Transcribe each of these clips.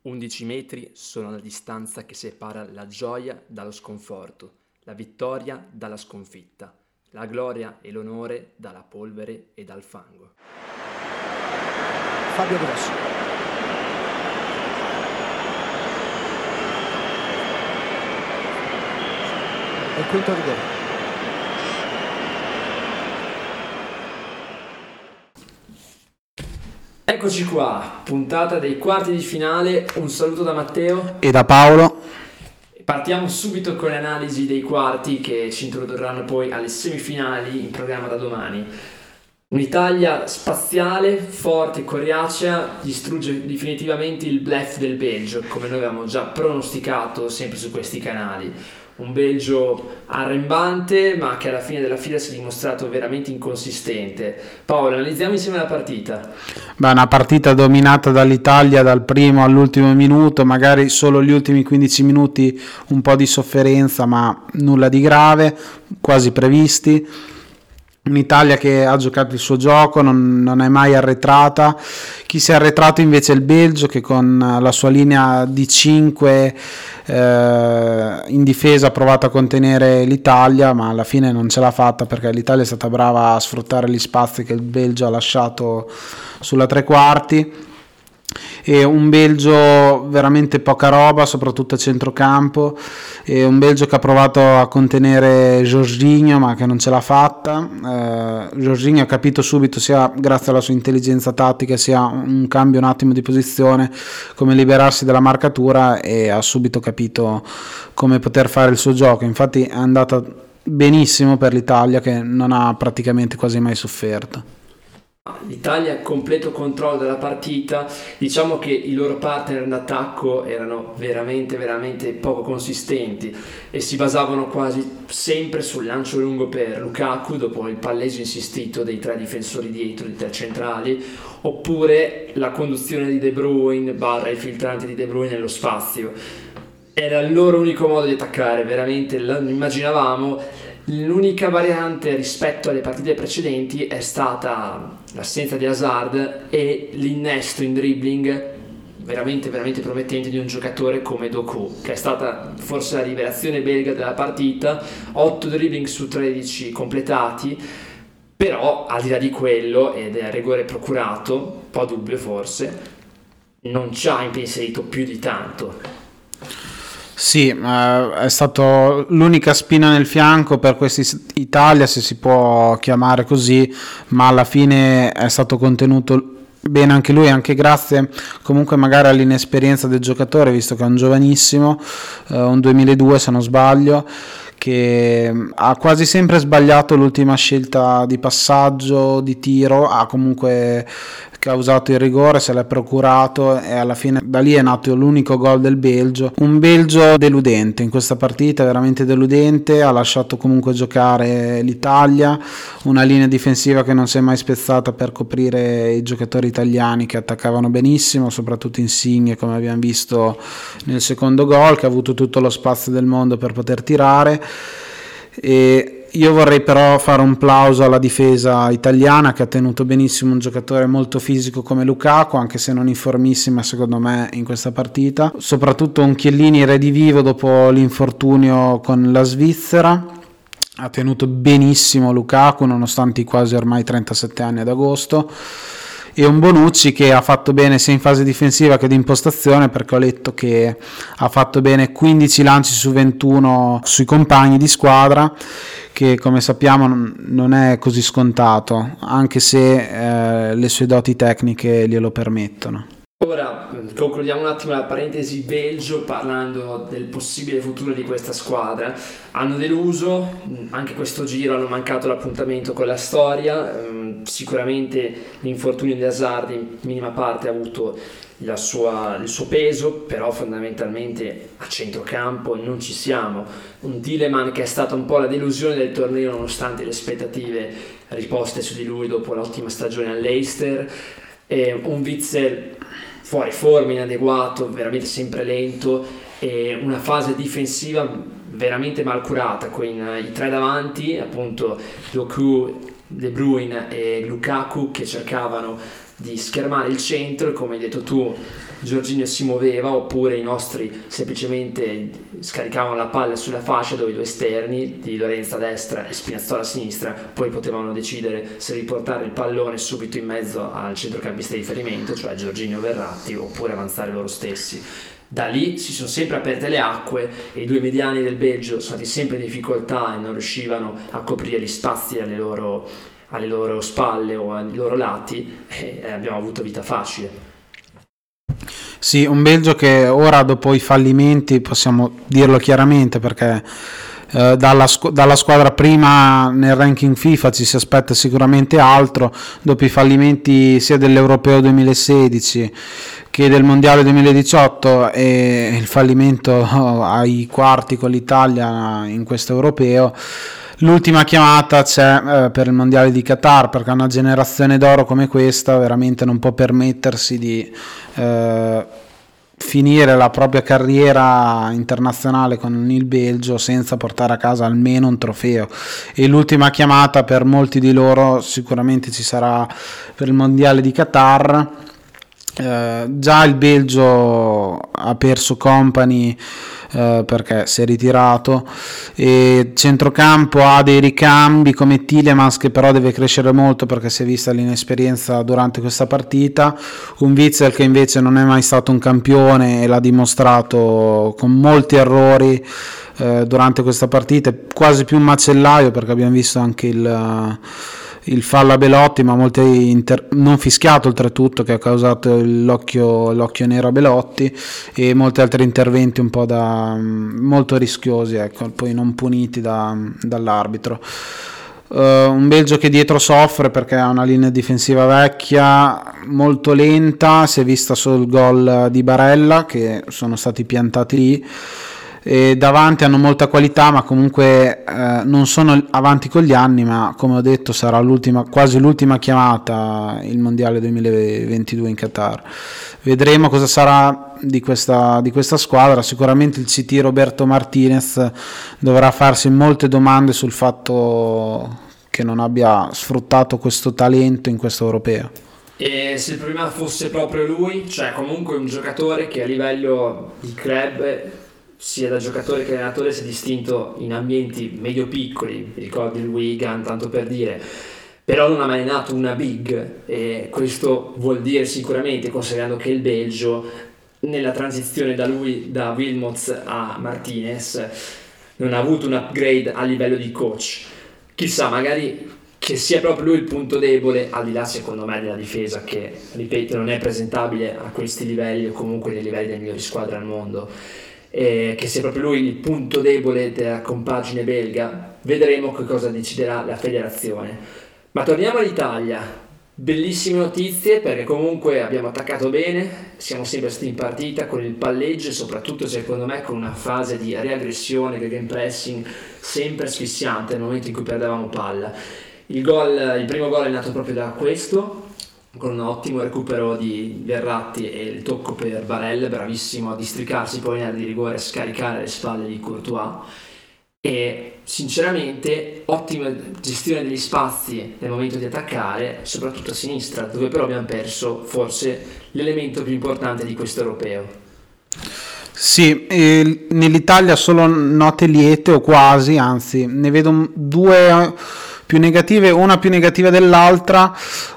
11 metri sono la distanza che separa la gioia dallo sconforto, la vittoria dalla sconfitta, la gloria e l'onore dalla polvere e dal fango. Fabio Grosso. E il quinto rigore. Eccoci qua, puntata dei quarti di finale. Un saluto da Matteo e da Paolo. Partiamo subito con le analisi dei quarti che ci introdurranno poi alle semifinali in programma da domani. Un'Italia spaziale, forte e coriacea distrugge definitivamente il bluff del Belgio, come noi avevamo già pronosticato sempre su questi canali. Un Belgio arrembante, ma che alla fine della fila si è dimostrato veramente inconsistente. Paolo, analizziamo insieme la partita. Una partita dominata dall'Italia dal primo all'ultimo minuto, magari solo gli ultimi 15 minuti un po' di sofferenza, ma nulla di grave, quasi previsti. Un'Italia che ha giocato il suo gioco, non è mai arretrata. Chi si è arretrato invece è il Belgio, che con la sua linea di 5 in difesa ha provato a contenere l'Italia, ma alla fine non ce l'ha fatta, perché l'Italia è stata brava a sfruttare gli spazi che il Belgio ha lasciato sulla tre quarti. E un Belgio veramente poca roba, soprattutto a centrocampo, e un Belgio che ha provato a contenere Jorginho ma che non ce l'ha fatta. Jorginho ha capito subito, sia grazie alla sua intelligenza tattica sia un cambio un attimo di posizione, come liberarsi dalla marcatura, e ha subito capito come poter fare il suo gioco. Infatti è andata benissimo per l'Italia, che non ha praticamente quasi mai sofferto. L'Italia ha completo controllo della partita. Diciamo che i loro partner d'attacco erano veramente poco consistenti e si basavano quasi sempre sul lancio lungo per Lukaku dopo il palleggio insistito dei tre difensori dietro, dei tre centrali, oppure la conduzione di De Bruyne / il filtrante di De Bruyne nello spazio. Era il loro unico modo di attaccare, veramente lo immaginavamo. L'unica variante rispetto alle partite precedenti è stata l'assenza di Hazard e l'innesto in dribbling veramente promettente di un giocatore come Doku, che è stata forse la rivelazione belga della partita. 8 dribbling su 13 completati, però al di là di quello ed è rigore procurato, un po' dubbio forse, non ci ha impensierito più di tanto. Sì, è stato l'unica spina nel fianco per quest'Italia, se si può chiamare così, ma alla fine è stato contenuto bene anche lui, anche grazie comunque magari all'inesperienza del giocatore, visto che è un giovanissimo, un 2002 se non sbaglio, che ha quasi sempre sbagliato l'ultima scelta di passaggio, di tiro, ha comunque causato il rigore, se l'è procurato, e alla fine da lì è nato l'unico gol del Belgio. Un Belgio deludente in questa partita, veramente deludente, ha lasciato comunque giocare l'Italia, una linea difensiva che non si è mai spezzata per coprire i giocatori italiani che attaccavano benissimo, soprattutto Insigne, come abbiamo visto nel secondo gol, che ha avuto tutto lo spazio del mondo per poter tirare. E io vorrei però fare un plauso alla difesa italiana, che ha tenuto benissimo un giocatore molto fisico come Lukaku, anche se non in formissima secondo me in questa partita, soprattutto un Chiellini redivivo dopo l'infortunio con la Svizzera. Ha tenuto benissimo Lukaku nonostante i quasi ormai 37 anni ad agosto, e un Bonucci che ha fatto bene sia in fase difensiva che di impostazione, perché ho letto che ha fatto bene 15 lanci su 21 sui compagni di squadra, che come sappiamo non è così scontato, anche se le sue doti tecniche glielo permettono. Ora concludiamo un attimo la parentesi Belgio parlando del possibile futuro di questa squadra. Hanno deluso, anche questo giro hanno mancato l'appuntamento con la storia. Sicuramente l'infortunio di Hazard in minima parte ha avuto il suo peso, però fondamentalmente a centrocampo non ci siamo. Un Tielemans che è stata un po' la delusione del torneo nonostante le aspettative riposte su di lui dopo l'ottima stagione all'Leicester, e un Witsel fuori forma, inadeguato, veramente sempre lento, e una fase difensiva veramente mal curata con i tre davanti, appunto Doku, De Bruyne e Lukaku, che cercavano di schermare il centro e, come hai detto tu, Jorginho si muoveva, oppure i nostri semplicemente scaricavano la palla sulla fascia, dove i due esterni di Lorenzo a destra e Spinazzola a sinistra poi potevano decidere se riportare il pallone subito in mezzo al centrocampista di riferimento, cioè Jorginho o Verratti, oppure avanzare loro stessi. Da lì si sono sempre aperte le acque e i due mediani del Belgio sono stati sempre in difficoltà e non riuscivano a coprire gli spazi alle loro spalle o ai loro lati, e abbiamo avuto vita facile. Sì, un Belgio che ora, dopo i fallimenti, possiamo dirlo chiaramente, perché dalla squadra prima nel ranking FIFA ci si aspetta sicuramente altro, dopo i fallimenti sia dell'Europeo 2016 che del Mondiale 2018 e il fallimento ai quarti con l'Italia in questo Europeo. L'ultima chiamata c'è per il Mondiale di Qatar, perché una generazione d'oro come questa veramente non può permettersi di finire la propria carriera internazionale con il Belgio senza portare a casa almeno un trofeo, e l'ultima chiamata per molti di loro sicuramente ci sarà per il Mondiale di Qatar. Già il Belgio ha perso Kompany perché si è ritirato, e centrocampo ha dei ricambi come Tielemans, che però deve crescere molto perché si è vista l'inesperienza durante questa partita, un Witsel che invece non è mai stato un campione e l'ha dimostrato con molti errori durante questa partita, quasi più un macellaio, perché abbiamo visto anche il fallo a Belotti, ma non fischiato oltretutto, che ha causato l'occhio nero a Belotti, e molti altri interventi un po' molto rischiosi, ecco, poi non puniti dall'arbitro. Un Belgio che dietro soffre perché ha una linea difensiva vecchia, molto lenta, si è vista solo il gol di Barella, che sono stati piantati lì, e davanti hanno molta qualità, ma comunque non sono avanti con gli anni, ma come ho detto sarà quasi l'ultima chiamata il Mondiale 2022 in Qatar. Vedremo cosa sarà di questa squadra. Sicuramente il CT Roberto Martinez dovrà farsi molte domande sul fatto che non abbia sfruttato questo talento in questo europeo. E se il problema fosse proprio lui, cioè comunque un giocatore che a livello di club, sia da giocatore che allenatore, si è distinto in ambienti medio-piccoli, mi ricordo il Wigan, tanto per dire, però non ha mai allenato una big, e questo vuol dire sicuramente, considerando che il Belgio nella transizione da Wilmots a Martinez non ha avuto un upgrade a livello di coach. Chissà, magari che sia proprio lui il punto debole, al di là secondo me della difesa, che ripeto non è presentabile a questi livelli o comunque nei livelli delle migliori squadre al mondo, che sia proprio lui il punto debole della compagine belga. Vedremo che cosa deciderà la federazione. Ma torniamo all'Italia. Bellissime notizie, perché comunque abbiamo attaccato bene, siamo sempre stati in partita con il palleggio e soprattutto secondo me con una fase di reaggressione, game pressing sempre asfissiante nel momento in cui perdevamo palla. Il primo gol è nato proprio da questo, con un ottimo recupero di Verratti e il tocco per Barella, bravissimo a districarsi poi in area di rigore e scaricare le spalle di Courtois. E sinceramente ottima gestione degli spazi nel momento di attaccare, soprattutto a sinistra, dove però abbiamo perso forse l'elemento più importante di questo europeo. Sì, nell'Italia solo note liete o quasi, anzi ne vedo due più negative, una più negativa dell'altra,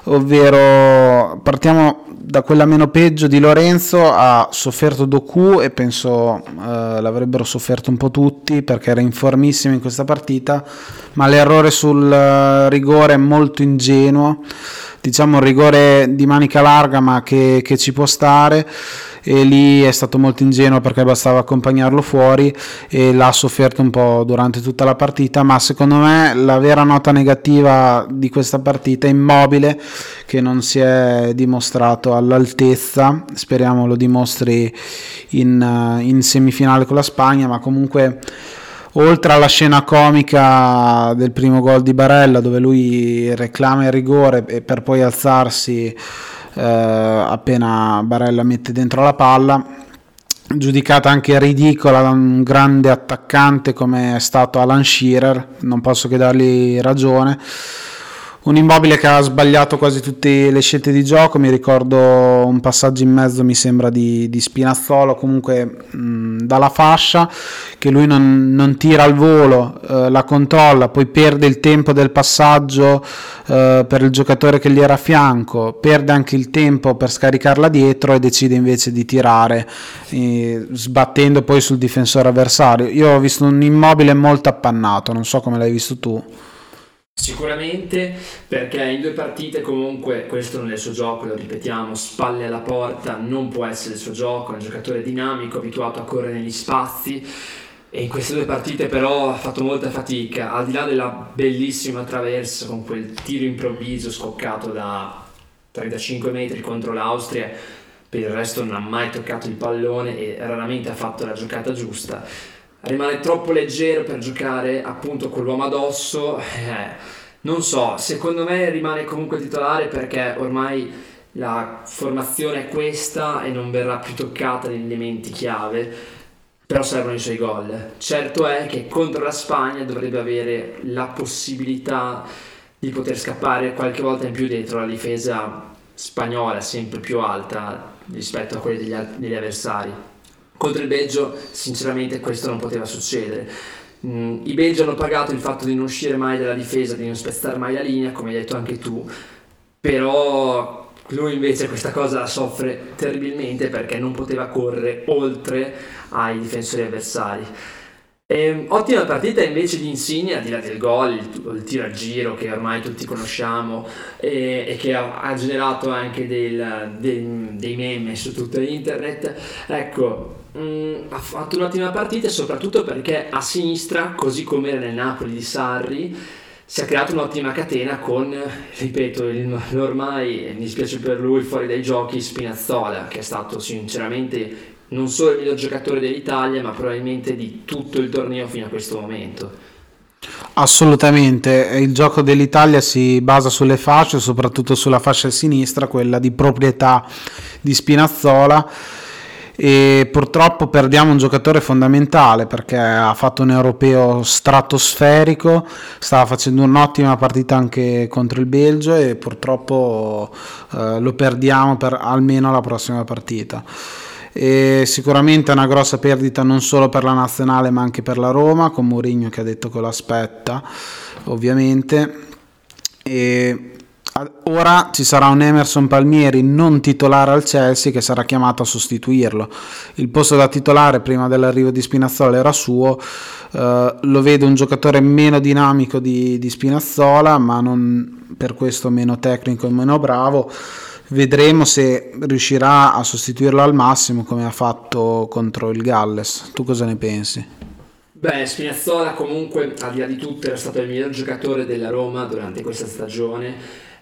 ovvero partiamo da quella meno peggio di Lorenzo. Ha sofferto Doku e penso l'avrebbero sofferto un po' tutti perché era informissimo in questa partita, ma l'errore sul rigore è molto ingenuo, diciamo un rigore di manica larga ma che ci può stare, e lì è stato molto ingenuo perché bastava accompagnarlo fuori e l'ha sofferto un po' durante tutta la partita. Ma secondo me la vera nota negativa di questa partita è Immobile, che non si è dimostrato all'altezza, speriamo lo dimostri in semifinale con la Spagna. Ma comunque, oltre alla scena comica del primo gol di Barella dove lui reclama il rigore e per poi alzarsi appena Barella mette dentro la palla, giudicata anche ridicola da un grande attaccante come è stato Alan Shearer, non posso che dargli ragione. Un Immobile che ha sbagliato quasi tutte le scelte di gioco. Mi ricordo un passaggio in mezzo, mi sembra, di Spinazzola, comunque dalla fascia, che lui non tira al volo, la controlla, poi perde il tempo del passaggio per il giocatore che gli era a fianco, perde anche il tempo per scaricarla dietro e decide invece di tirare, sbattendo poi sul difensore avversario. Io ho visto un Immobile molto appannato, non so come l'hai visto tu. Sicuramente, perché in 2 partite comunque questo non è il suo gioco, lo ripetiamo, spalle alla porta, non può essere il suo gioco, è un giocatore dinamico, abituato a correre negli spazi, e in queste 2 partite però ha fatto molta fatica, al di là della bellissima traversa con quel tiro improvviso scoccato da 35 metri contro l'Austria. Per il resto non ha mai toccato il pallone e raramente ha fatto la giocata giusta. Rimane troppo leggero per giocare appunto con l'uomo addosso, non so, secondo me rimane comunque titolare perché ormai la formazione è questa e non verrà più toccata negli elementi chiave, però servono i suoi gol. Certo è che contro la Spagna dovrebbe avere la possibilità di poter scappare qualche volta in più dietro la difesa spagnola, sempre più alta rispetto a quella degli avversari. Contro il Belgio sinceramente questo non poteva succedere. I belgi hanno pagato il fatto di non uscire mai dalla difesa, di non spezzare mai la linea, come hai detto anche tu, però lui invece questa cosa la soffre terribilmente perché non poteva correre oltre ai difensori avversari. Ottima partita invece di Insigne, al di là del gol, il tiro a giro che ormai tutti conosciamo e che ha generato anche dei meme su tutto internet. Ecco, ha fatto un'ottima partita e soprattutto perché a sinistra, così come era nel Napoli di Sarri, si è creata un'ottima catena con, ripeto, l'ormai, mi dispiace per lui, fuori dai giochi Spinazzola, che è stato sinceramente non solo il miglior giocatore dell'Italia, ma probabilmente di tutto il torneo fino a questo momento. Assolutamente, il gioco dell'Italia si basa sulle fasce, soprattutto sulla fascia sinistra, quella di proprietà di Spinazzola, e purtroppo perdiamo un giocatore fondamentale perché ha fatto un europeo stratosferico, stava facendo un'ottima partita anche contro il Belgio e purtroppo lo perdiamo per almeno la prossima partita. E sicuramente è una grossa perdita non solo per la nazionale ma anche per la Roma, con Mourinho che ha detto che lo aspetta ovviamente. E ora ci sarà un Emerson Palmieri non titolare al Chelsea che sarà chiamato a sostituirlo. Il posto da titolare prima dell'arrivo di Spinazzola era suo. Lo vedo un giocatore meno dinamico di Spinazzola, ma non per questo meno tecnico e meno bravo. Vedremo se riuscirà a sostituirlo al massimo come ha fatto contro il Galles. Tu cosa ne pensi? Beh, Spinazzola comunque, al di là di tutto, era stato il miglior giocatore della Roma durante questa stagione.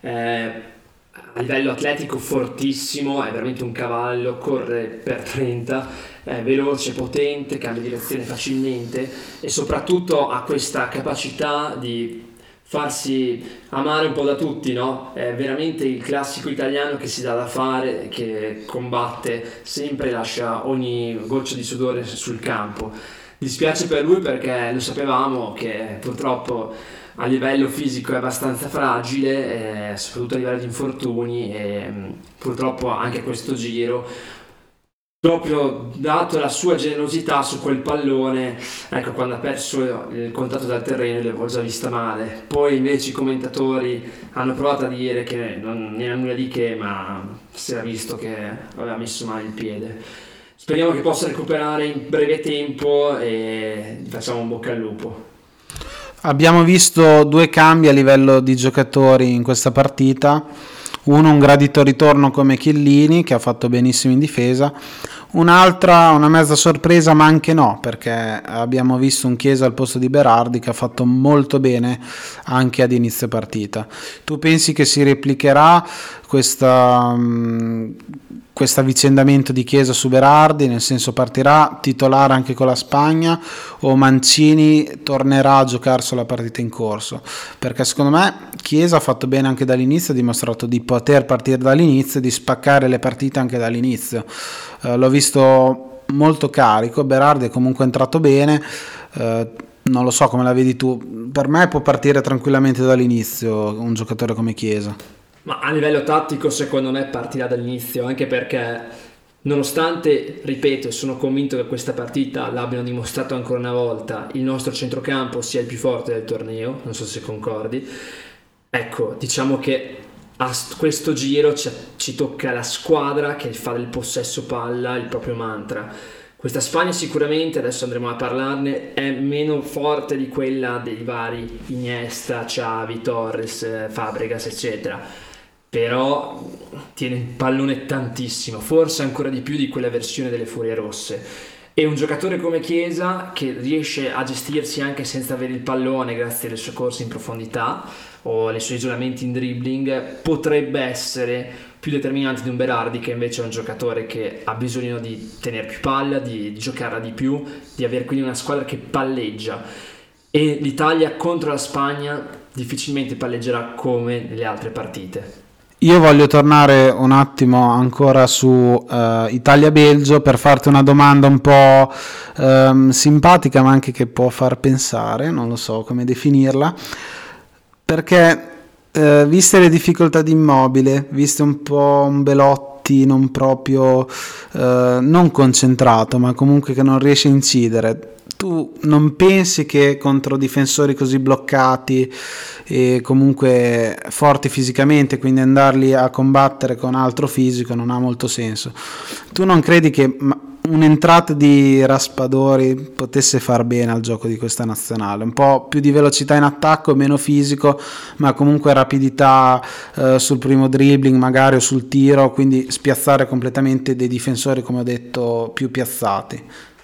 A livello atletico fortissimo, è veramente un cavallo, corre per 30, è veloce, potente, cambia direzione facilmente e soprattutto ha questa capacità di farsi amare un po' da tutti, no? È veramente il classico italiano che si dà da fare, che combatte sempre, lascia ogni goccia di sudore sul campo. Dispiace per lui perché lo sapevamo che purtroppo a livello fisico è abbastanza fragile, soprattutto a livello di infortuni, e purtroppo anche questo giro, proprio dato la sua generosità su quel pallone, ecco, quando ha perso il contatto dal terreno l'avevo già vista male. Poi invece i commentatori hanno provato a dire che non era nulla di che, ma si era visto che aveva messo male il piede. Speriamo che possa recuperare in breve tempo e gli facciamo un bocca al lupo. Abbiamo visto 2 cambi a livello di giocatori in questa partita. Uno, un gradito ritorno come Chiellini, che ha fatto benissimo in difesa. Un'altra, una mezza sorpresa, ma anche no, perché abbiamo visto un Chiesa al posto di Berardi che ha fatto molto bene anche ad inizio partita. Tu pensi che si replicherà questo avvicendamento di Chiesa su Berardi, nel senso partirà titolare anche con la Spagna o Mancini tornerà a giocarsela la partita in corso? Perché secondo me Chiesa ha fatto bene anche dall'inizio, ha dimostrato di poter partire dall'inizio e di spaccare le partite anche dall'inizio. L'ho visto molto carico, Berardi è comunque entrato bene, Non lo so come la vedi tu, per me può partire tranquillamente dall'inizio un giocatore come Chiesa. Ma a livello tattico secondo me partirà dall'inizio, anche perché nonostante, ripeto, sono convinto che questa partita l'abbiano dimostrato ancora una volta, il nostro centrocampo sia il più forte del torneo, non so se concordi. Ecco, diciamo che a questo giro ci tocca la squadra che fa del possesso palla il proprio mantra. Questa Spagna sicuramente, adesso andremo a parlarne, è meno forte di quella dei vari Iniesta, Xavi, Torres, Fabregas, eccetera. Però tiene il pallone tantissimo, forse ancora di più di quella versione delle Furie Rosse. E un giocatore come Chiesa, che riesce a gestirsi anche senza avere il pallone grazie alle sue corse in profondità o ai suoi isolamenti in dribbling, potrebbe essere più determinante di un Berardi, che invece è un giocatore che ha bisogno di tenere più palla, di giocarla di più, di avere quindi una squadra che palleggia. E l'Italia contro la Spagna difficilmente palleggerà come nelle altre partite. Io voglio tornare un attimo ancora su Italia-Belgio per farti una domanda un po' simpatica, ma anche che può far pensare, non lo so come definirla, perché viste le difficoltà di Immobile, viste un po' un Belotti non proprio non concentrato, ma comunque che non riesce a incidere, tu non pensi che contro difensori così bloccati e comunque forti fisicamente, quindi andarli a combattere con altro fisico non ha molto senso? Tu non credi che un'entrata di Raspadori potesse far bene al gioco di questa nazionale? Un po' più di velocità in attacco, meno fisico, ma comunque rapidità sul primo dribbling magari o sul tiro, quindi spiazzare completamente dei difensori, come ho detto, più piazzati.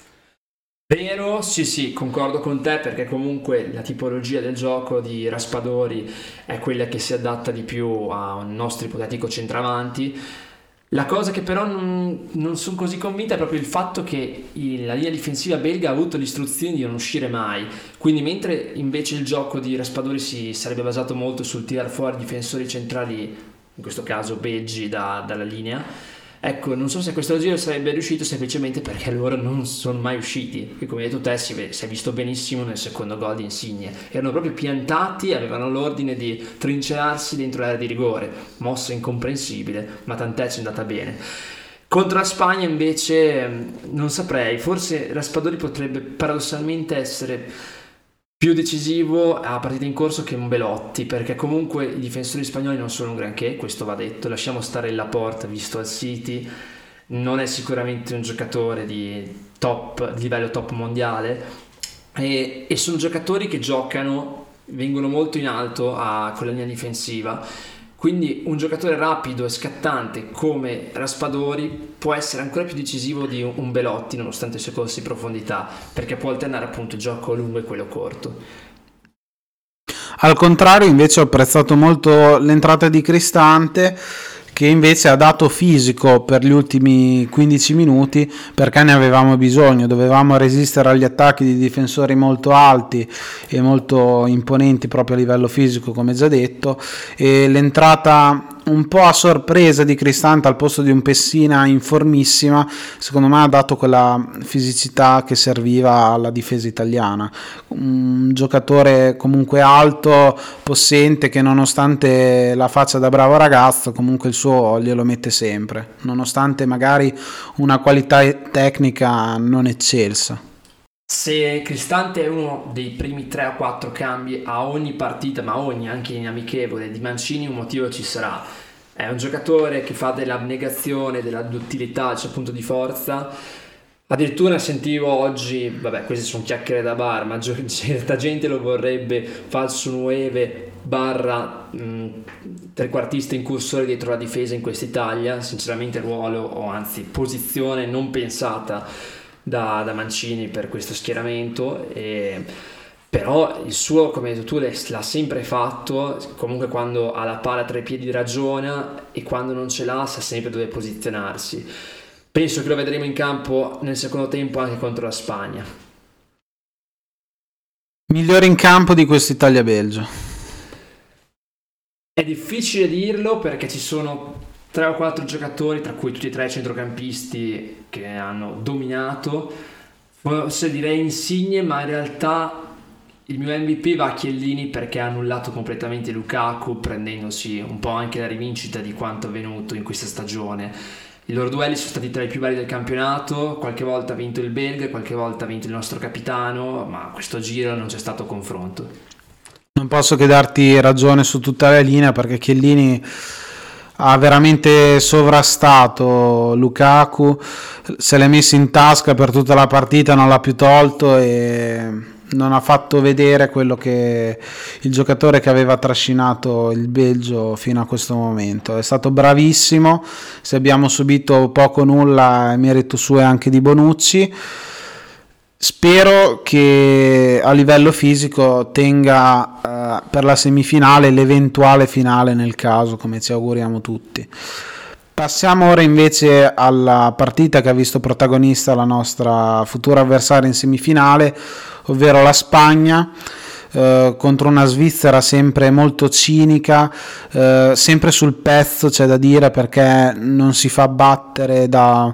Vero, sì, concordo con te, perché comunque la tipologia del gioco di Raspadori è quella che si adatta di più a un nostro ipotetico centravanti. La cosa che però non sono così convinta è proprio il fatto che la linea difensiva belga ha avuto l'istruzione di non uscire mai, quindi mentre invece il gioco di Raspadori si sarebbe basato molto sul tirar fuori difensori centrali, in questo caso belgi, dalla linea. Ecco, non so se questo giro sarebbe riuscito semplicemente perché loro non sono mai usciti, e come hai detto te si è visto benissimo nel secondo gol di Insigne, erano proprio piantati, avevano l'ordine di trincerarsi dentro l'area di rigore, mossa incomprensibile, ma tant'è, ci è andata bene. Contro la Spagna invece non saprei, forse Raspadori potrebbe paradossalmente essere più decisivo a partita in corso che un Belotti, perché comunque i difensori spagnoli non sono un granché, questo va detto. Lasciamo stare il Laporte, visto al City, non è sicuramente un giocatore di livello top mondiale, e sono giocatori che vengono molto in alto con la linea difensiva. Quindi un giocatore rapido e scattante come Raspadori può essere ancora più decisivo di un Belotti, nonostante i suoi corsi di profondità, perché può alternare appunto il gioco lungo e quello corto. Al contrario, invece, ho apprezzato molto l'entrata di Cristante, che invece ha dato fisico per gli ultimi 15 minuti, perché ne avevamo bisogno. Dovevamo resistere agli attacchi di difensori molto alti e molto imponenti proprio a livello fisico, come già detto, e l'entrata un po' a sorpresa di Cristante al posto di un Pessina in formissima, secondo me ha dato quella fisicità che serviva alla difesa italiana. Un giocatore comunque alto, possente, che nonostante la faccia da bravo ragazzo comunque il suo glielo mette sempre, nonostante magari una qualità tecnica non eccelsa. Se Cristante è uno dei primi 3 o 4 cambi a ogni partita, ma anche in amichevole, di Mancini, un motivo ci sarà. È un giocatore che fa dell'abnegazione, della duttilità il suo punto di forza. Addirittura sentivo oggi, queste sono chiacchiere da bar, ma certa gente lo vorrebbe falso 9 barra trequartista incursore dietro la difesa in quest'Italia. Sinceramente ruolo, o anzi posizione non pensata da Mancini per questo schieramento, però il suo, come hai detto tu, l'ha sempre fatto. Comunque quando ha la palla tra i piedi ragiona, e quando non ce l'ha sa sempre dove posizionarsi. Penso che lo vedremo in campo nel secondo tempo anche contro la Spagna. Migliore in campo di questo Italia-Belgio? È difficile dirlo perché ci sono 3 o 4 giocatori, tra cui tutti e 3 centrocampisti, che hanno dominato. Forse direi Insigne, ma in realtà Il mio MVP va a Chiellini perché ha annullato completamente Lukaku, prendendosi un po' anche la rivincita di quanto avvenuto in questa stagione. I loro duelli sono stati tra i più belli del campionato, qualche volta ha vinto il belga, qualche volta ha vinto il nostro capitano, ma questo giro non c'è stato confronto. Non posso che darti ragione su tutta la linea, perché Chiellini ha veramente sovrastato Lukaku, se l'è messo in tasca per tutta la partita, non l'ha più tolto e non ha fatto vedere quello che il giocatore che aveva trascinato il Belgio fino a questo momento. È stato bravissimo, se abbiamo subito poco o nulla è merito suo e anche di Bonucci. Spero che a livello fisico tenga per la semifinale, l'eventuale finale nel caso, come ci auguriamo tutti. Passiamo ora invece alla partita che ha visto protagonista la nostra futura avversaria in semifinale, ovvero la Spagna, contro una Svizzera sempre molto cinica, sempre sul pezzo, c'è da dire, perché non si fa battere da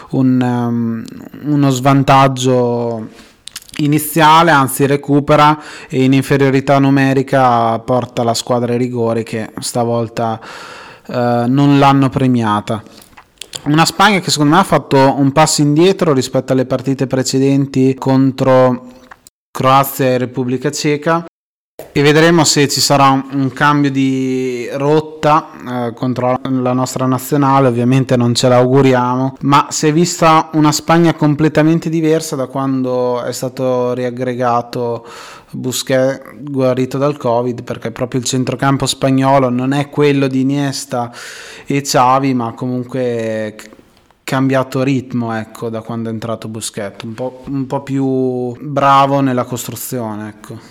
uno svantaggio iniziale, anzi recupera e in inferiorità numerica porta la squadra ai rigori, che stavolta non l'hanno premiata. Una Spagna che secondo me ha fatto un passo indietro rispetto alle partite precedenti contro Croazia e Repubblica Ceca, e vedremo se ci sarà un cambio di rotta contro la nostra nazionale. Ovviamente non ce l'auguriamo, ma si è vista una Spagna completamente diversa da quando è stato riaggregato Busquets, guarito dal Covid, perché proprio il centrocampo spagnolo non è quello di Iniesta e Xavi, ma comunque cambiato ritmo, ecco, da quando è entrato Busquets, un po' più bravo nella costruzione, ecco.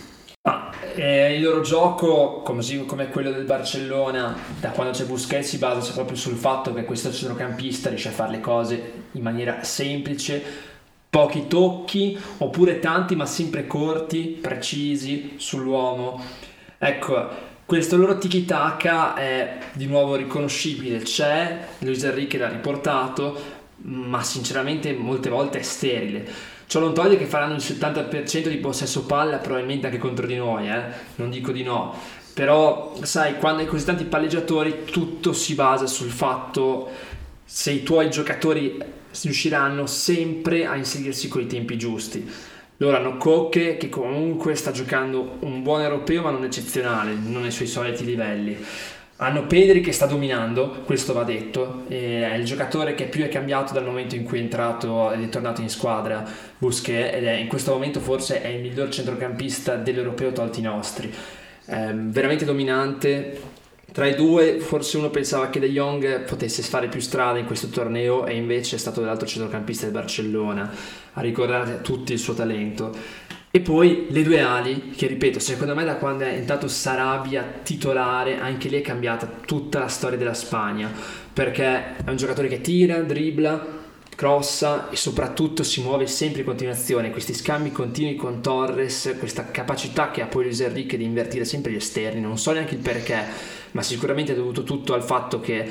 Il loro gioco, come quello del Barcellona, da quando c'è Busquets, si basa proprio sul fatto che questo centrocampista riesce a fare le cose in maniera semplice, pochi tocchi, oppure tanti ma sempre corti, precisi sull'uomo. Ecco, questo loro tiki-taka è di nuovo riconoscibile, c'è, Luis Enrique l'ha riportato, ma sinceramente molte volte è sterile. Ciò non toglie che faranno il 70% di possesso palla probabilmente anche contro di noi, non dico di no, però sai, quando hai così tanti palleggiatori tutto si basa sul fatto se i tuoi giocatori riusciranno sempre a inserirsi con i tempi giusti. Loro hanno Koke che comunque sta giocando un buon europeo ma non eccezionale, non ai suoi soliti livelli. Hanno Pedri che sta dominando, questo va detto, è il giocatore che più è cambiato dal momento in cui è entrato ed è tornato in squadra Busquets, ed è in questo momento forse è il miglior centrocampista dell'europeo tolti i nostri, veramente dominante. Tra i due forse uno pensava che De Jong potesse fare più strada in questo torneo e invece è stato l'altro centrocampista del Barcellona a ricordare a tutti il suo talento. E poi le due ali, che ripeto, secondo me da quando è entrato Sarabia titolare, anche lì è cambiata tutta la storia della Spagna, perché è un giocatore che tira, dribbla, crossa e soprattutto si muove sempre in continuazione. Questi scambi continui con Torres, questa capacità che ha poi Luis Enrique di invertire sempre gli esterni, non so neanche il perché, ma sicuramente è dovuto tutto al fatto che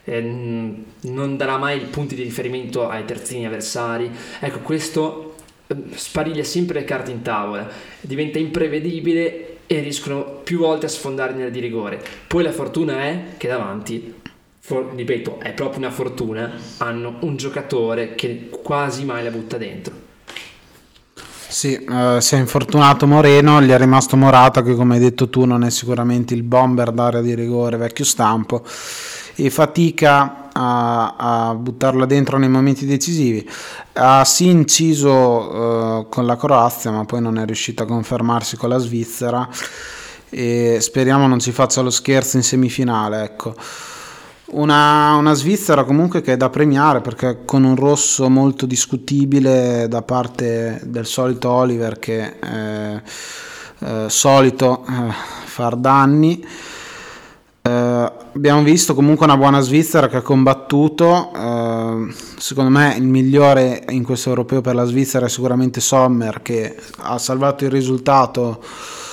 non darà mai punti di riferimento ai terzini avversari. Ecco, questo spariglia sempre le carte in tavola, diventa imprevedibile e riescono più volte a sfondare nella di rigore. Poi la fortuna è che davanti, ripeto, è proprio una fortuna, hanno un giocatore che quasi mai la butta dentro. Sì, si è infortunato Moreno, gli è rimasto Morata che, come hai detto tu, non è sicuramente il bomber d'area di rigore vecchio stampo e fatica a buttarla dentro nei momenti decisivi. Ha sì inciso con la Croazia, ma poi non è riuscito a confermarsi con la Svizzera e speriamo non ci faccia lo scherzo in semifinale, ecco. Una Svizzera comunque che è da premiare, perché con un rosso molto discutibile da parte del solito Oliver, che è solito far danni. Abbiamo visto comunque una buona Svizzera che ha combattuto. Secondo me il migliore in questo europeo per la Svizzera è sicuramente Sommer, che ha salvato il risultato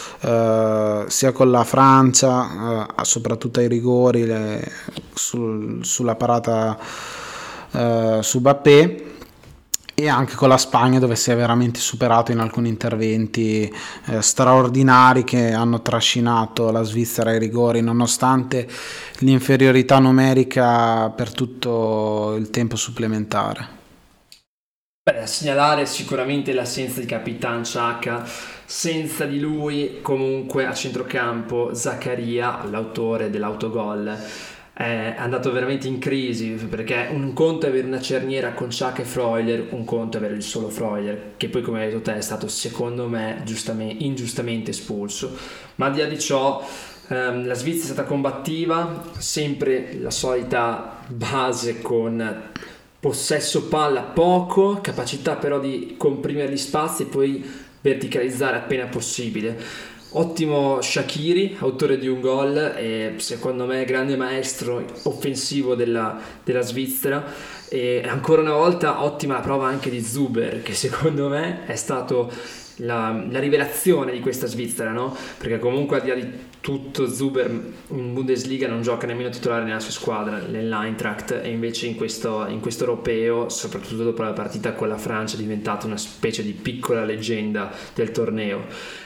sia con la Francia, soprattutto ai rigori, sulla parata su Mbappé, e anche con la Spagna, dove si è veramente superato in alcuni interventi straordinari che hanno trascinato la Svizzera ai rigori nonostante l'inferiorità numerica per tutto il tempo supplementare. Da segnalare sicuramente l'assenza di Capitan Xhaka. Senza di lui comunque a centrocampo Zaccaria, l'autore dell'autogol, è andato veramente in crisi, perché un conto è avere una cerniera con Xhaka e Freuler, un conto è avere il solo Freuler, che poi, come hai detto te, è stato secondo me ingiustamente espulso. Ma al di là di ciò, la Svizzera è stata combattiva, sempre la solita base con possesso palla poco, capacità però di comprimere gli spazi e poi verticalizzare appena possibile. Ottimo Shaqiri, autore di un gol e secondo me grande maestro offensivo della Svizzera, e ancora una volta ottima la prova anche di Zuber, che secondo me è stato la rivelazione di questa Svizzera, no? Perché comunque al di là di tutto Zuber in Bundesliga non gioca nemmeno titolare nella sua squadra, nell'Eintracht, e invece in questo europeo, soprattutto dopo la partita con la Francia, è diventato una specie di piccola leggenda del torneo.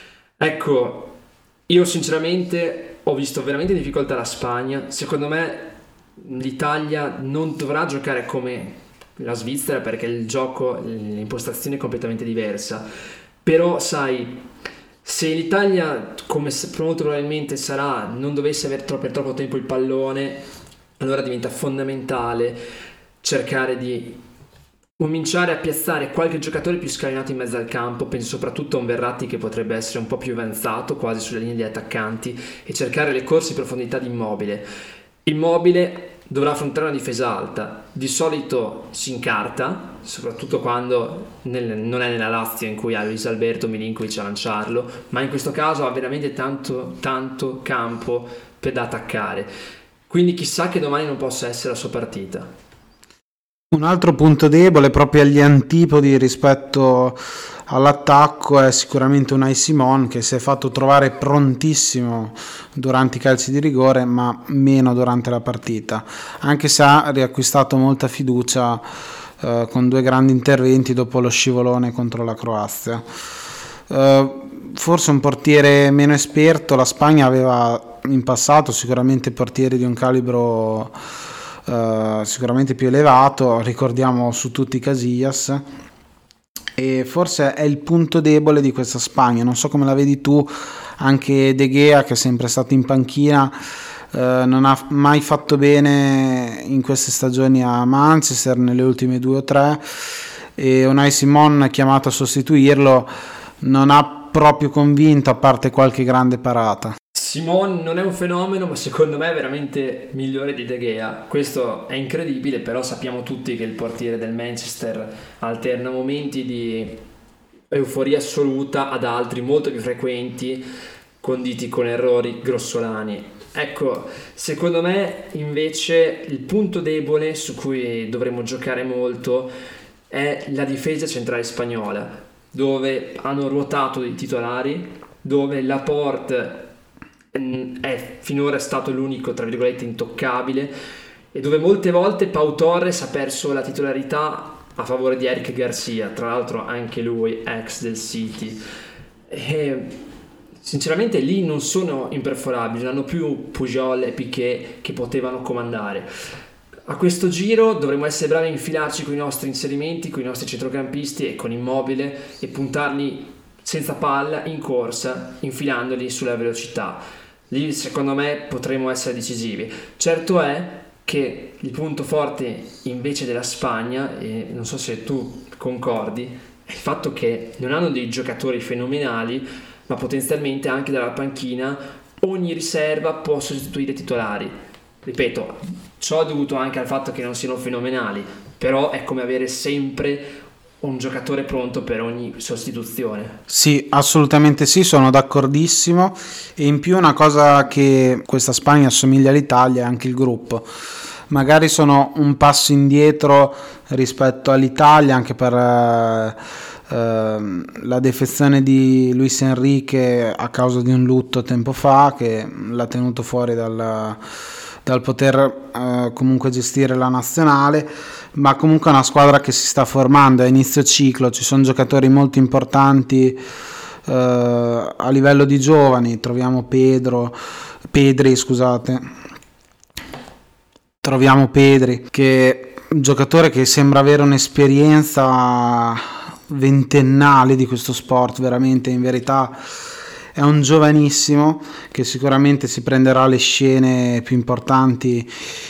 Ecco, io sinceramente ho visto veramente in difficoltà la Spagna. Secondo me l'Italia non dovrà giocare come la Svizzera, perché il gioco, l'impostazione è completamente diversa. Però sai, se l'Italia, come molto probabilmente sarà, non dovesse avere per troppo tempo il pallone, allora diventa fondamentale cercare di cominciare a piazzare qualche giocatore più scatenato in mezzo al campo. Penso soprattutto a un Verratti che potrebbe essere un po' più avanzato, quasi sulla linea degli attaccanti, e cercare le corse in profondità di Immobile. Immobile dovrà affrontare una difesa alta, di solito si incarta, soprattutto quando non è nella Lazio in cui ha Luis Alberto Milinkovic a lanciarlo, ma in questo caso ha veramente tanto campo per da attaccare, quindi chissà che domani non possa essere la sua partita. Un altro punto debole proprio agli antipodi rispetto all'attacco è sicuramente Unai Simon, che si è fatto trovare prontissimo durante i calci di rigore ma meno durante la partita, anche se ha riacquistato molta fiducia con 2 grandi interventi dopo lo scivolone contro la Croazia. Forse un portiere meno esperto. La Spagna aveva in passato sicuramente portieri di un calibro sicuramente più elevato, ricordiamo su tutti Casillas, e forse è il punto debole di questa Spagna. Non so come la vedi tu, anche De Gea, che è sempre stato in panchina, non ha mai fatto bene in queste stagioni a Manchester, nelle ultime 2 o 3, e Unai Simon, chiamato a sostituirlo, non ha proprio convinto, a parte qualche grande parata. Simon non è un fenomeno, ma secondo me è veramente migliore di De Gea. Questo è incredibile, però sappiamo tutti che il portiere del Manchester alterna momenti di euforia assoluta ad altri molto più frequenti, conditi con errori grossolani. Ecco, secondo me invece il punto debole su cui dovremmo giocare molto è la difesa centrale spagnola, dove hanno ruotato i titolari, dove Laporte è finora stato l'unico, tra virgolette, intoccabile, e dove molte volte Pau Torres ha perso la titolarità a favore di Eric Garcia, tra l'altro anche lui ex del City, e sinceramente lì non sono imperforabili, non hanno più Pujol e Piqué che potevano comandare. A questo giro dovremmo essere bravi a infilarci con i nostri inserimenti, con i nostri centrocampisti e con Immobile, e puntarli senza palla in corsa, infilandoli sulla velocità. Lì secondo me potremo essere decisivi. Certo è che il punto forte invece della Spagna, e non so se tu concordi, è il fatto che non hanno dei giocatori fenomenali, ma potenzialmente anche dalla panchina ogni riserva può sostituire i titolari. Ripeto, ciò è dovuto anche al fatto che non siano fenomenali, però è come avere sempre un giocatore pronto per ogni sostituzione. Sì, assolutamente sì, sono d'accordissimo. E in più una cosa che questa Spagna assomiglia all'Italia è anche il gruppo. Magari sono un passo indietro rispetto all'Italia anche per la defezione di Luis Enrique a causa di un lutto tempo fa che l'ha tenuto fuori dal poter comunque gestire la nazionale, ma comunque è una squadra che si sta formando, è inizio ciclo, ci sono giocatori molto importanti a livello di giovani. Troviamo Pedri, che è un giocatore che sembra avere un'esperienza ventennale di questo sport, veramente, in verità è un giovanissimo che sicuramente si prenderà le scene più importanti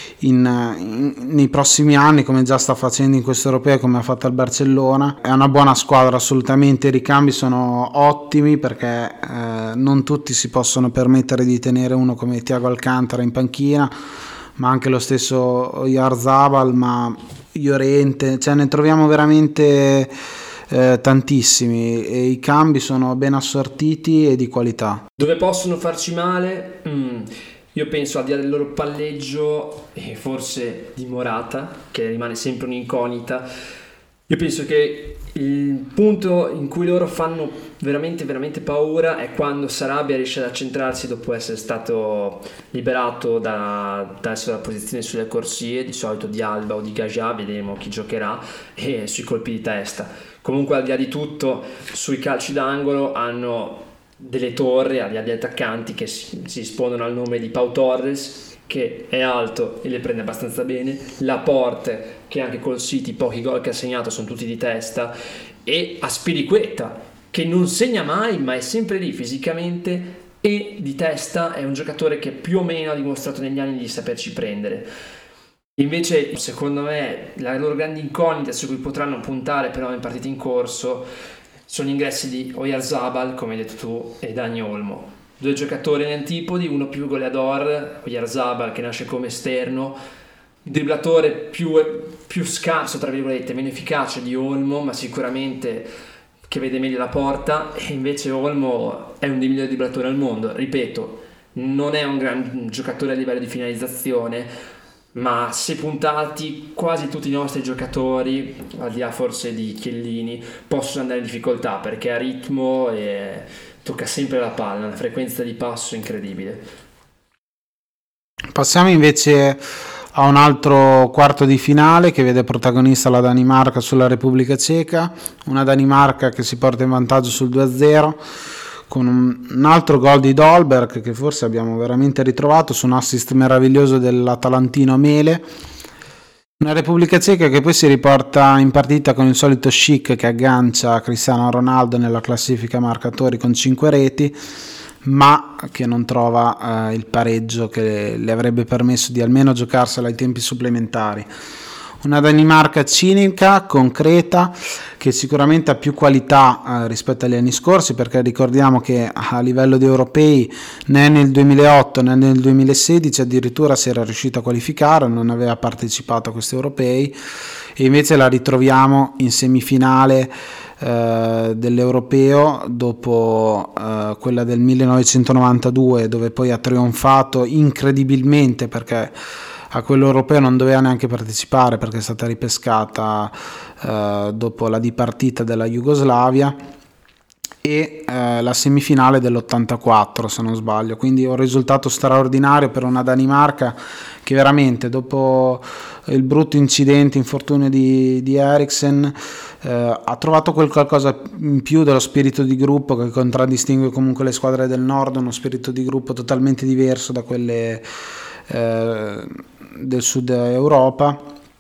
nei prossimi anni, come già sta facendo in questo europeo, come ha fatto al Barcellona. È una buona squadra, assolutamente. I ricambi sono ottimi, perché non tutti si possono permettere di tenere uno come Thiago Alcantara in panchina, ma anche lo stesso Oyarzabal, ma Llorente, cioè ne troviamo veramente tantissimi, e i cambi sono ben assortiti e di qualità. Dove possono farci male? Io penso, al di là del loro palleggio e forse di Morata, che rimane sempre un'incognita, io penso che il punto in cui loro fanno veramente veramente paura è quando Sarabia riesce ad accentrarsi dopo essere stato liberato dalla sua posizione sulle corsie, di solito di Alba o di Gajah, vedremo chi giocherà, e sui colpi di testa. Comunque, al di là di tutto, sui calci d'angolo hanno delle torri, al di là degli attaccanti, che si rispondono al nome di Pau Torres, che è alto e le prende abbastanza bene, Laporte, che anche col City pochi gol che ha segnato sono tutti di testa, e Azpilicueta, che non segna mai ma è sempre lì fisicamente e di testa. È un giocatore che più o meno ha dimostrato negli anni di saperci prendere. Invece, secondo me, la loro grande incognita su cui potranno puntare però in partite in corso sono gli ingressi di Oyarzabal, come hai detto tu, e Dani Olmo. Due giocatori in antipodi, uno più goleador, Oyarzabal, che nasce come esterno, dribblatore più scarso, tra virgolette, meno efficace di Olmo, ma sicuramente che vede meglio la porta. E invece Olmo è un dei migliori dribblatori al mondo. Ripeto, non è un gran giocatore a livello di finalizzazione, ma se puntati, quasi tutti i nostri giocatori, al di là forse di Chiellini, possono andare in difficoltà, perché ha ritmo e tocca sempre la palla, una frequenza di passo incredibile. Passiamo invece a un altro quarto di finale che vede protagonista la Danimarca sulla Repubblica Ceca, una Danimarca che si porta in vantaggio sul 2-0 con un altro gol di Dolberg, che forse abbiamo veramente ritrovato, su un assist meraviglioso dell'atalantino Mele. Una Repubblica Ceca che poi si riporta in partita con il solito Schick, che aggancia Cristiano Ronaldo nella classifica marcatori con 5 reti, ma che non trova il pareggio che le avrebbe permesso di almeno giocarsela ai tempi supplementari. Una Danimarca cinica, concreta, che sicuramente ha più qualità rispetto agli anni scorsi, perché ricordiamo che a livello di europei né nel 2008 né nel 2016 addirittura si era riuscita a qualificare, non aveva partecipato a questi europei, e invece la ritroviamo in semifinale dell'europeo dopo quella del 1992, dove poi ha trionfato incredibilmente, perché a quell'europeo non doveva neanche partecipare perché è stata ripescata dopo la dipartita della Jugoslavia, e la semifinale dell'84 se non sbaglio, quindi un risultato straordinario per una Danimarca che veramente, dopo il brutto incidente, infortunio di Eriksen, ha trovato quel qualcosa in più dello spirito di gruppo che contraddistingue comunque le squadre del nord, uno spirito di gruppo totalmente diverso da quelle del sud Europa,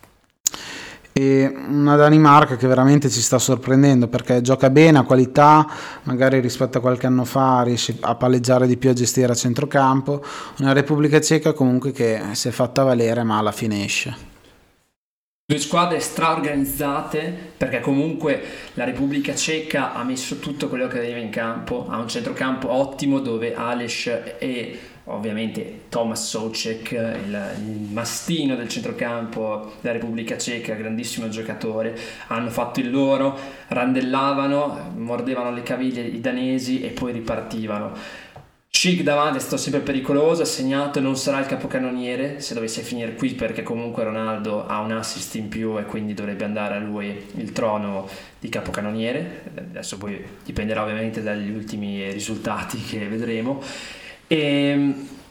e una Danimarca che veramente ci sta sorprendendo, perché gioca bene, ha qualità, magari rispetto a qualche anno fa riesce a palleggiare di più, a gestire a centrocampo. Una Repubblica Ceca comunque che si è fatta valere, ma alla fine esce. Due squadre straorganizzate, perché comunque la Repubblica Ceca ha messo tutto quello che aveva in campo, ha un centrocampo ottimo dove Aleš e ovviamente Tomas Soucek, il mastino del centrocampo della Repubblica Ceca, grandissimo giocatore, hanno fatto il loro, randellavano, mordevano le caviglie i danesi e poi ripartivano. Schick davanti è stato sempre pericoloso, ha segnato, non sarà il capocannoniere se dovesse finire qui, perché comunque Ronaldo ha un assist in più e quindi dovrebbe andare a lui il trono di capocannoniere. Adesso poi dipenderà ovviamente dagli ultimi risultati che vedremo. E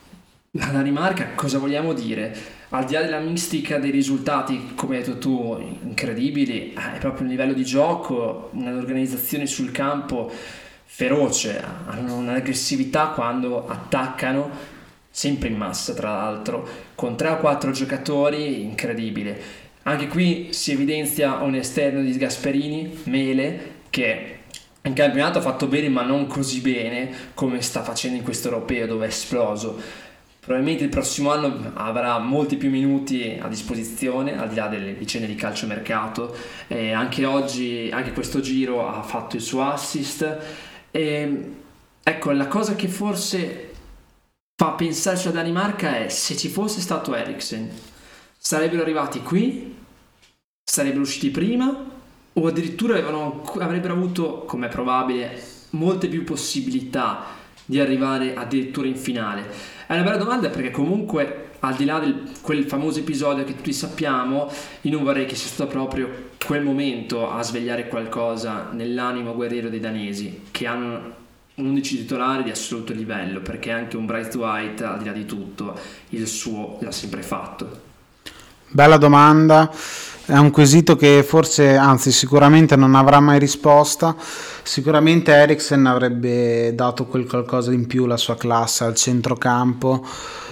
La Danimarca, cosa vogliamo dire? Al di là della mistica dei risultati, come hai detto tu, incredibili, è proprio un livello di gioco, un'organizzazione sul campo feroce, hanno un'aggressività quando attaccano, sempre in massa tra l'altro, con 3 o 4 giocatori, incredibile. Anche qui si evidenzia un esterno di Gasperini, Mele, che in campionato ha fatto bene ma non così bene come sta facendo in questo europeo dove è esploso. Probabilmente il prossimo anno avrà molti più minuti a disposizione, al di là delle vicende di calciomercato. Anche oggi, anche questo giro ha fatto il suo assist. Ecco, la cosa che forse fa pensare sulla Danimarca è: se ci fosse stato Eriksen, sarebbero arrivati qui? Sarebbero usciti prima? O addirittura avrebbero avuto, come è probabile, molte più possibilità di arrivare addirittura in finale? È una bella domanda, perché comunque, al di là di quel famoso episodio che tutti sappiamo, io non vorrei che sia stato proprio quel momento a svegliare qualcosa nell'animo guerriero dei danesi, che hanno un 11 titolare di assoluto livello, perché anche un Bright White, al di là di tutto, il suo l'ha sempre fatto. Bella domanda, è un quesito che forse, anzi sicuramente non avrà mai risposta. Sicuramente Eriksen avrebbe dato quel qualcosa in più, la sua classe al centrocampo,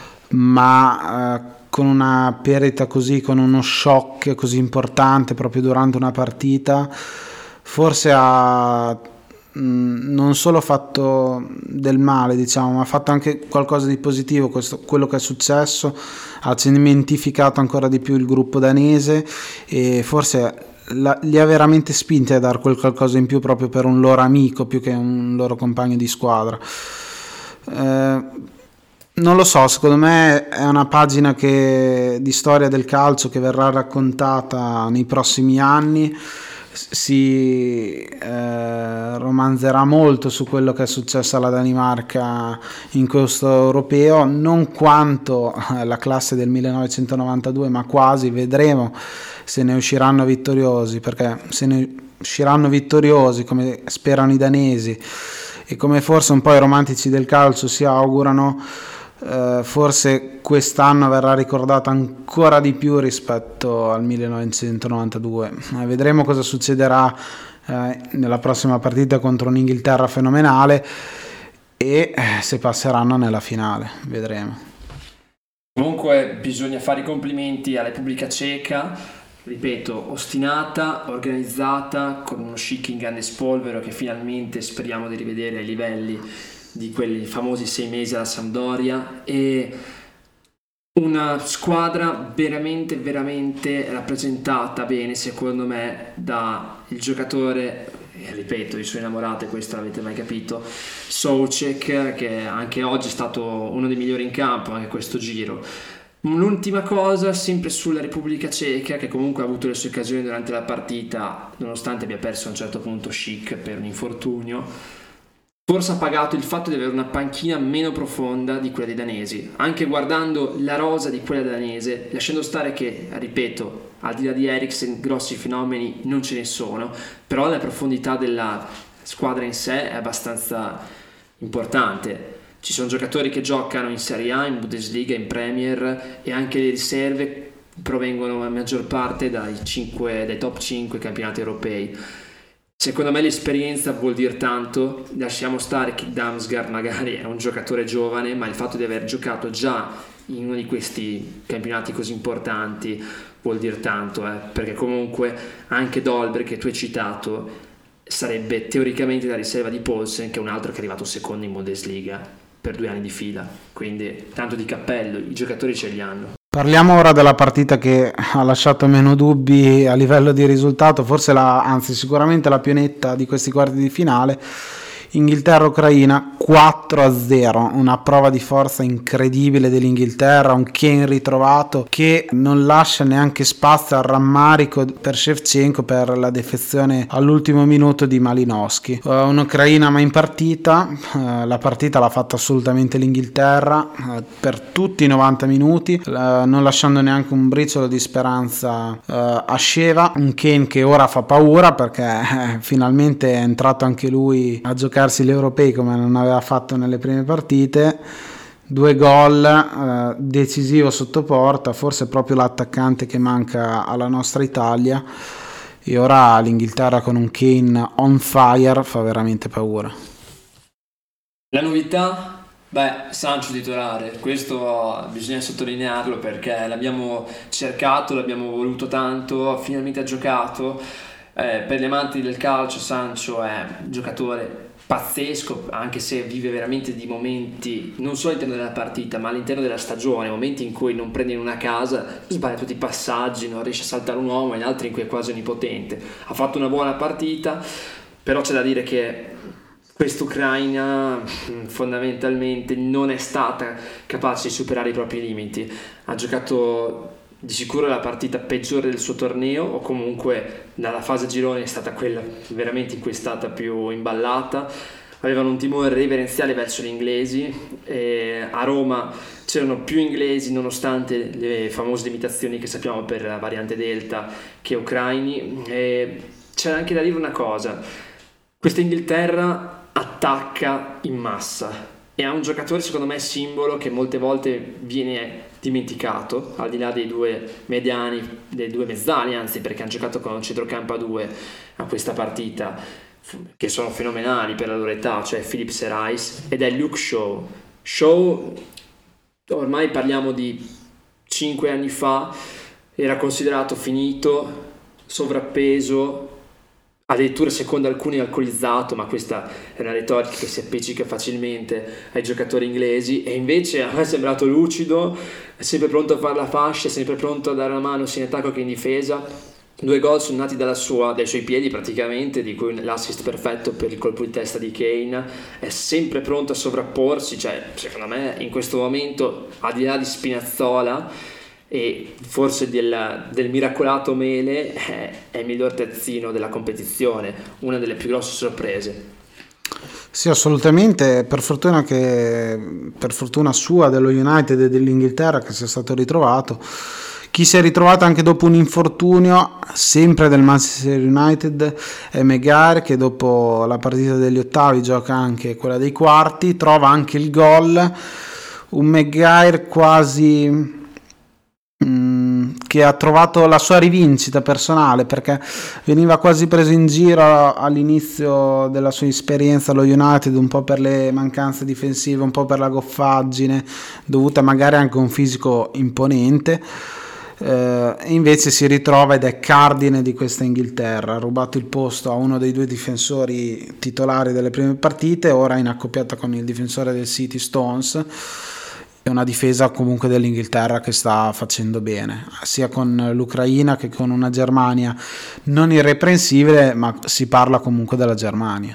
ma con una perdita così, con uno shock così importante proprio durante una partita, forse ha non solo fatto del male, diciamo, ma ha fatto anche qualcosa di positivo. Quello che è successo ha cementificato ancora di più il gruppo danese, e forse li ha veramente spinti a dar quel qualcosa in più proprio per un loro amico più che un loro compagno di squadra. Non lo so, secondo me è una pagina di storia del calcio che verrà raccontata nei prossimi anni. Si romanzerà molto su quello che è successo alla Danimarca in questo europeo, non quanto la classe del 1992, ma quasi. Vedremo se ne usciranno vittoriosi, perché se ne usciranno vittoriosi come sperano i danesi e come forse un po' i romantici del calcio si augurano, forse quest'anno verrà ricordato ancora di più rispetto al 1992. Vedremo cosa succederà nella prossima partita contro un'Inghilterra fenomenale e se passeranno nella finale, vedremo. Comunque bisogna fare i complimenti alla Repubblica Ceca, ripeto, ostinata, organizzata, con uno shaking and spolvero che finalmente speriamo di rivedere ai livelli di quelli famosi 6 mesi alla Sampdoria, e una squadra veramente veramente rappresentata bene, secondo me, da il giocatore, ripeto, i suoi innamorati, questo l'avete mai capito, Souček, che anche oggi è stato uno dei migliori in campo, anche questo giro. Un'ultima cosa sempre sulla Repubblica Ceca, che comunque ha avuto le sue occasioni durante la partita, nonostante abbia perso a un certo punto Schick per un infortunio. Forse ha pagato il fatto di avere una panchina meno profonda di quella dei danesi, anche guardando la rosa di quella danese, lasciando stare che, ripeto, al di là di Eriksen grossi fenomeni non ce ne sono, però la profondità della squadra in sé è abbastanza importante. Ci sono giocatori che giocano in Serie A, in Bundesliga, in Premier, e anche le riserve provengono la maggior parte dai top 5 campionati europei. Secondo me l'esperienza vuol dire tanto. Lasciamo stare che Damsgaard magari è un giocatore giovane, ma il fatto di aver giocato già in uno di questi campionati così importanti vuol dire tanto, perché comunque anche Dolberg, che tu hai citato, sarebbe teoricamente la riserva di Poulsen, che è un altro che è arrivato secondo in Bundesliga per 2 anni di fila, quindi tanto di cappello, i giocatori ce li hanno. Parliamo ora della partita che ha lasciato meno dubbi a livello di risultato, forse anzi sicuramente la più netta di questi quarti di finale. Inghilterra-Ucraina 4-0, una prova di forza incredibile dell'Inghilterra, un Kane ritrovato che non lascia neanche spazio al rammarico per Shevchenko per la defezione all'ultimo minuto di Malinowski. Un'Ucraina mai in partita, la partita l'ha fatta assolutamente l'Inghilterra per tutti i 90 minuti, non lasciando neanche un briciolo di speranza a Sheva. Un Kane che ora fa paura perché finalmente è entrato anche lui a giocare gli europei come non aveva fatto nelle prime partite. 2 gol, decisivo sotto porta, forse proprio l'attaccante che manca alla nostra Italia, e ora l'Inghilterra con un Kane on fire fa veramente paura. La novità? Sancho titolare, questo bisogna sottolinearlo perché l'abbiamo cercato, l'abbiamo voluto tanto, finalmente ha giocato. Per gli amanti del calcio Sancho è un giocatore pazzesco, anche se vive veramente di momenti non solo all'interno della partita ma all'interno della stagione, momenti in cui non prende in una casa, sbaglia tutti i passaggi, non riesce a saltare un uomo, e altri in cui è quasi onnipotente. Ha fatto una buona partita, però c'è da dire che quest'Ucraina fondamentalmente non è stata capace di superare i propri limiti. Ha giocato di sicuro la partita peggiore del suo torneo, o comunque dalla fase gironi è stata quella veramente in cui è stata più imballata. Avevano un timore reverenziale verso gli inglesi, e a Roma c'erano più inglesi, nonostante le famose limitazioni che sappiamo per la variante Delta, che ucraini. E c'è anche da dire una cosa: questa Inghilterra attacca in massa e ha un giocatore secondo me simbolo che molte volte viene dimenticato, al di là dei due mediani, dei due mezzali anzi, perché hanno giocato con un centrocampo a 2 a questa partita, che sono fenomenali per la loro età, cioè Phillips e Rice, ed è Luke Shaw. Ormai parliamo di 5 anni fa, era considerato finito, sovrappeso, addirittura secondo alcuni alcolizzato, ma questa è una retorica che si appiccica facilmente ai giocatori inglesi, e invece a me è sembrato lucido, è sempre pronto a fare la fascia, è sempre pronto a dare la mano sia in attacco che in difesa. 2 gol sono nati dai suoi piedi praticamente, di cui l'assist perfetto per il colpo di testa di Kane. È sempre pronto a sovrapporsi, cioè secondo me in questo momento, al di là di Spinazzola e forse del miracolato Mele, è il miglior terzino della competizione, una delle più grosse sorprese. Sì, assolutamente, per fortuna sua, dello United e dell'Inghilterra, che sia stato ritrovato. Chi si è ritrovato anche dopo un infortunio, sempre del Manchester United, è Maguire, che dopo la partita degli ottavi gioca anche quella dei quarti, trova anche il gol. Un Maguire quasi che ha trovato la sua rivincita personale, perché veniva quasi preso in giro all'inizio della sua esperienza allo United, un po' per le mancanze difensive, un po' per la goffaggine dovuta magari anche a un fisico imponente, e invece si ritrova ed è cardine di questa Inghilterra. Ha rubato il posto a uno dei 2 difensori titolari delle prime partite, ora in accoppiata con il difensore del City Stones. È una difesa comunque dell'Inghilterra che sta facendo bene, sia con l'Ucraina che con una Germania non irreprensibile, ma si parla comunque della Germania.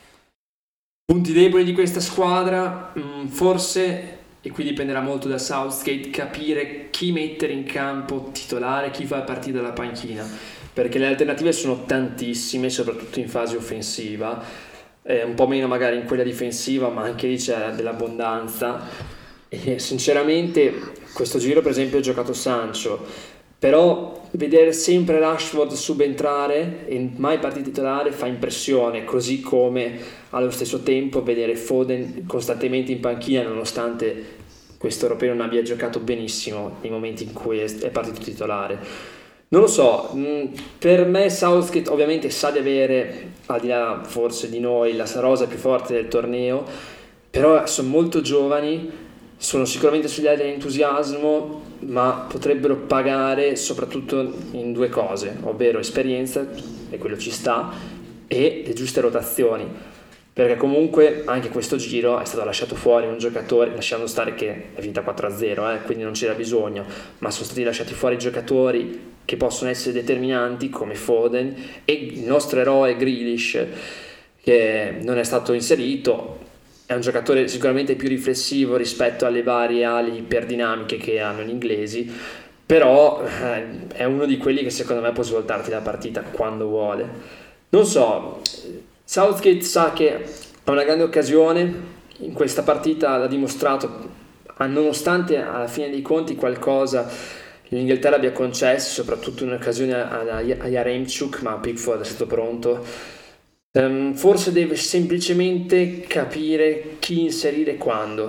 Punti deboli di questa squadra, forse, e qui dipenderà molto da Southgate, capire chi mettere in campo titolare, chi fa partire dalla panchina, perché le alternative sono tantissime, soprattutto in fase offensiva, un po' meno magari in quella difensiva, ma anche lì c'è dell'abbondanza. E sinceramente questo giro per esempio ho giocato Sancho, però vedere sempre Rashford subentrare e mai partita titolare fa impressione, così come allo stesso tempo vedere Foden costantemente in panchina, nonostante questo europeo non abbia giocato benissimo nei momenti in cui è partito titolare. Non lo so, per me Southgate ovviamente sa di avere, al di là forse di noi, la rosa più forte del torneo, però sono molto giovani, sono sicuramente sugli ali dell'entusiasmo, ma potrebbero pagare soprattutto in 2 cose, ovvero esperienza, e quello ci sta, e le giuste rotazioni, perché comunque anche questo giro è stato lasciato fuori un giocatore, lasciando stare che è vinta 4-0, quindi non c'era bisogno, ma sono stati lasciati fuori giocatori che possono essere determinanti come Foden e il nostro eroe Grealish, che non è stato inserito. È un giocatore sicuramente più riflessivo rispetto alle varie ali iperdinamiche che hanno gli inglesi, però è uno di quelli che secondo me può svoltarti la partita quando vuole. Non so, Southgate sa che ha una grande occasione, in questa partita l'ha dimostrato, nonostante alla fine dei conti qualcosa l'Inghilterra abbia concesso, soprattutto in occasione a Yaremchuk, ma Pickford è stato pronto. Forse deve semplicemente capire chi inserire quando,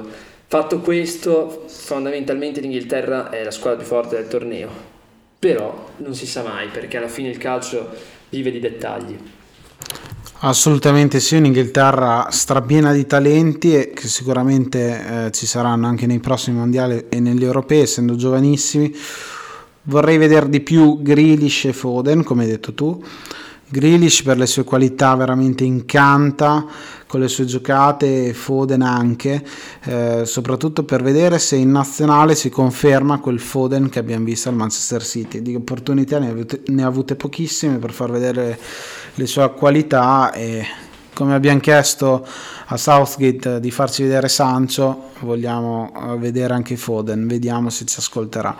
Fatto questo, fondamentalmente l'Inghilterra è la squadra più forte del torneo, però non si sa mai, perché alla fine il calcio vive di dettagli. Assolutamente sì, un'Inghilterra strapiena di talenti e che sicuramente ci saranno anche nei prossimi mondiali e negli europei, essendo giovanissimi. Vorrei vedere di più Grealish e Foden, come hai detto tu. Grealish per le sue qualità veramente incanta con le sue giocate, e Foden anche, soprattutto per vedere se in nazionale si conferma quel Foden che abbiamo visto al Manchester City. Di opportunità ne ha avute pochissime per far vedere le sue qualità, e come abbiamo chiesto a Southgate di farci vedere Sancho, vogliamo vedere anche Foden. Vediamo se ci ascolterà.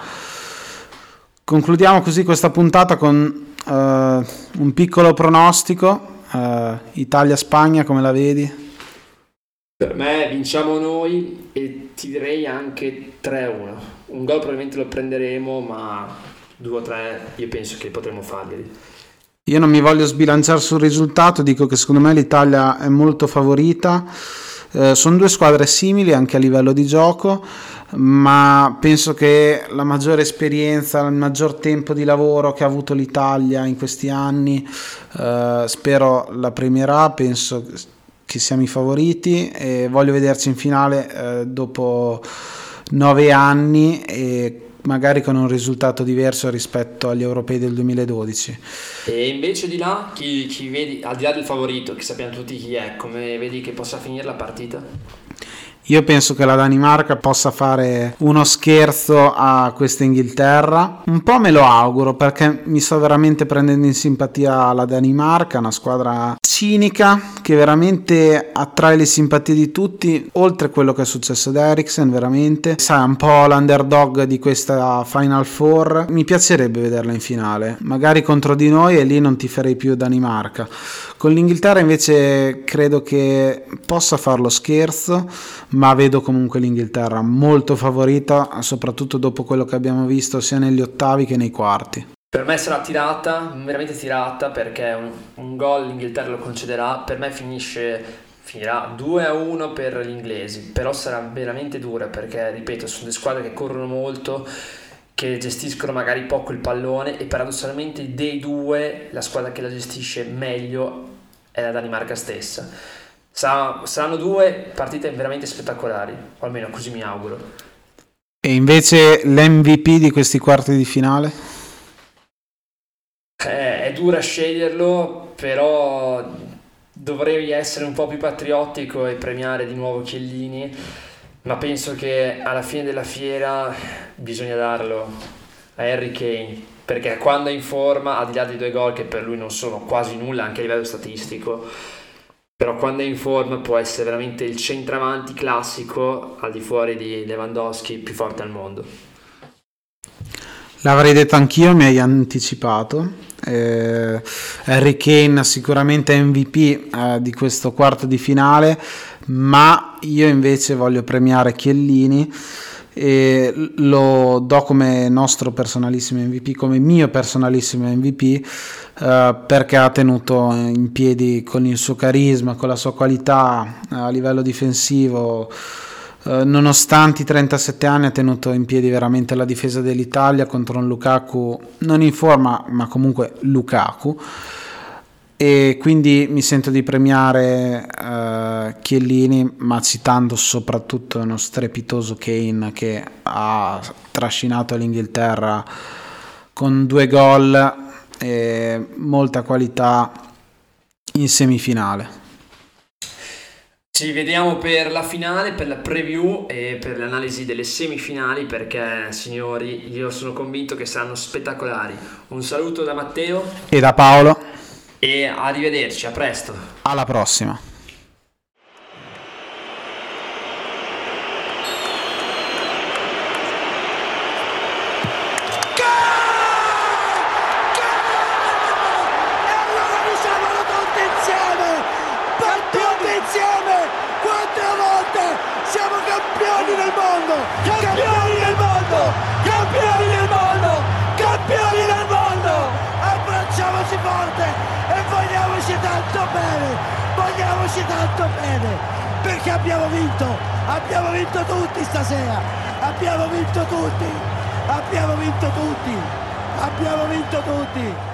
Concludiamo così questa puntata con un piccolo pronostico. Italia-Spagna, come la vedi? Per me vinciamo noi e ti direi anche 3-1. Un gol probabilmente lo prenderemo, ma 2 o 3 io penso che potremo farli. Io non mi voglio sbilanciare sul risultato, dico che secondo me l'Italia è molto favorita. Sono due squadre simili anche a livello di gioco, ma penso che la maggiore esperienza, il maggior tempo di lavoro che ha avuto l'Italia in questi anni, spero la premierà. Penso che siamo i favoriti e voglio vederci in finale dopo 9 anni e magari con un risultato diverso rispetto agli europei del 2012. E invece di là, chi vedi, al di là del favorito, che sappiamo tutti chi è, come vedi che possa finire la partita? Io penso che la Danimarca possa fare uno scherzo a questa Inghilterra. Un po' me lo auguro, perché mi sto veramente prendendo in simpatia la Danimarca, una squadra cinica che veramente attrae le simpatie di tutti, oltre quello che è successo ad Eriksen, veramente. Sai, un po' l'underdog di questa Final Four. Mi piacerebbe vederla in finale, magari contro di noi, e lì non ti farei più Danimarca. Con l'Inghilterra invece credo che possa far lo scherzo, ma vedo comunque l'Inghilterra molto favorita, soprattutto dopo quello che abbiamo visto sia negli ottavi che nei quarti. Per me sarà tirata, veramente tirata, perché un gol l'Inghilterra lo concederà. Per me finirà 2-1 per gli inglesi, però sarà veramente dura, perché ripeto, sono delle squadre che corrono molto, che gestiscono magari poco il pallone, e paradossalmente dei due la squadra che la gestisce meglio è la Danimarca stessa. Saranno 2 partite veramente spettacolari, o almeno così mi auguro. E invece l'MVP di questi quarti di finale? È dura sceglierlo, però dovrei essere un po' più patriottico e premiare di nuovo Chiellini, ma penso che alla fine della fiera bisogna darlo a Harry Kane, perché quando è in forma, al di là dei 2 gol che per lui non sono quasi nulla anche a livello statistico, però quando è in forma può essere veramente il centravanti classico, al di fuori di Lewandowski, più forte al mondo. L'avrei detto anch'io, mi hai anticipato. Harry Kane sicuramente MVP di questo quarto di finale, ma io invece voglio premiare Chiellini e lo do come nostro personalissimo MVP, come mio personalissimo MVP, perché ha tenuto in piedi con il suo carisma, con la sua qualità a livello difensivo. Nonostante i 37 anni ha tenuto in piedi veramente la difesa dell'Italia contro un Lukaku non in forma, ma comunque Lukaku, e quindi mi sento di premiare Chiellini, ma citando soprattutto uno strepitoso Kane che ha trascinato l'Inghilterra con 2 gol e molta qualità in semifinale. Ci vediamo per la finale, per la preview e per l'analisi delle semifinali, perché signori, io sono convinto che saranno spettacolari. Un saluto da Matteo E da Paolo. E arrivederci, a presto. Alla prossima. Campioni del mondo! Campioni del mondo! Campioni del mondo! Campioni del mondo! Abbracciamoci forte e vogliamoci tanto bene! Vogliamoci tanto bene! perché abbiamo vinto tutti stasera, abbiamo vinto tutti.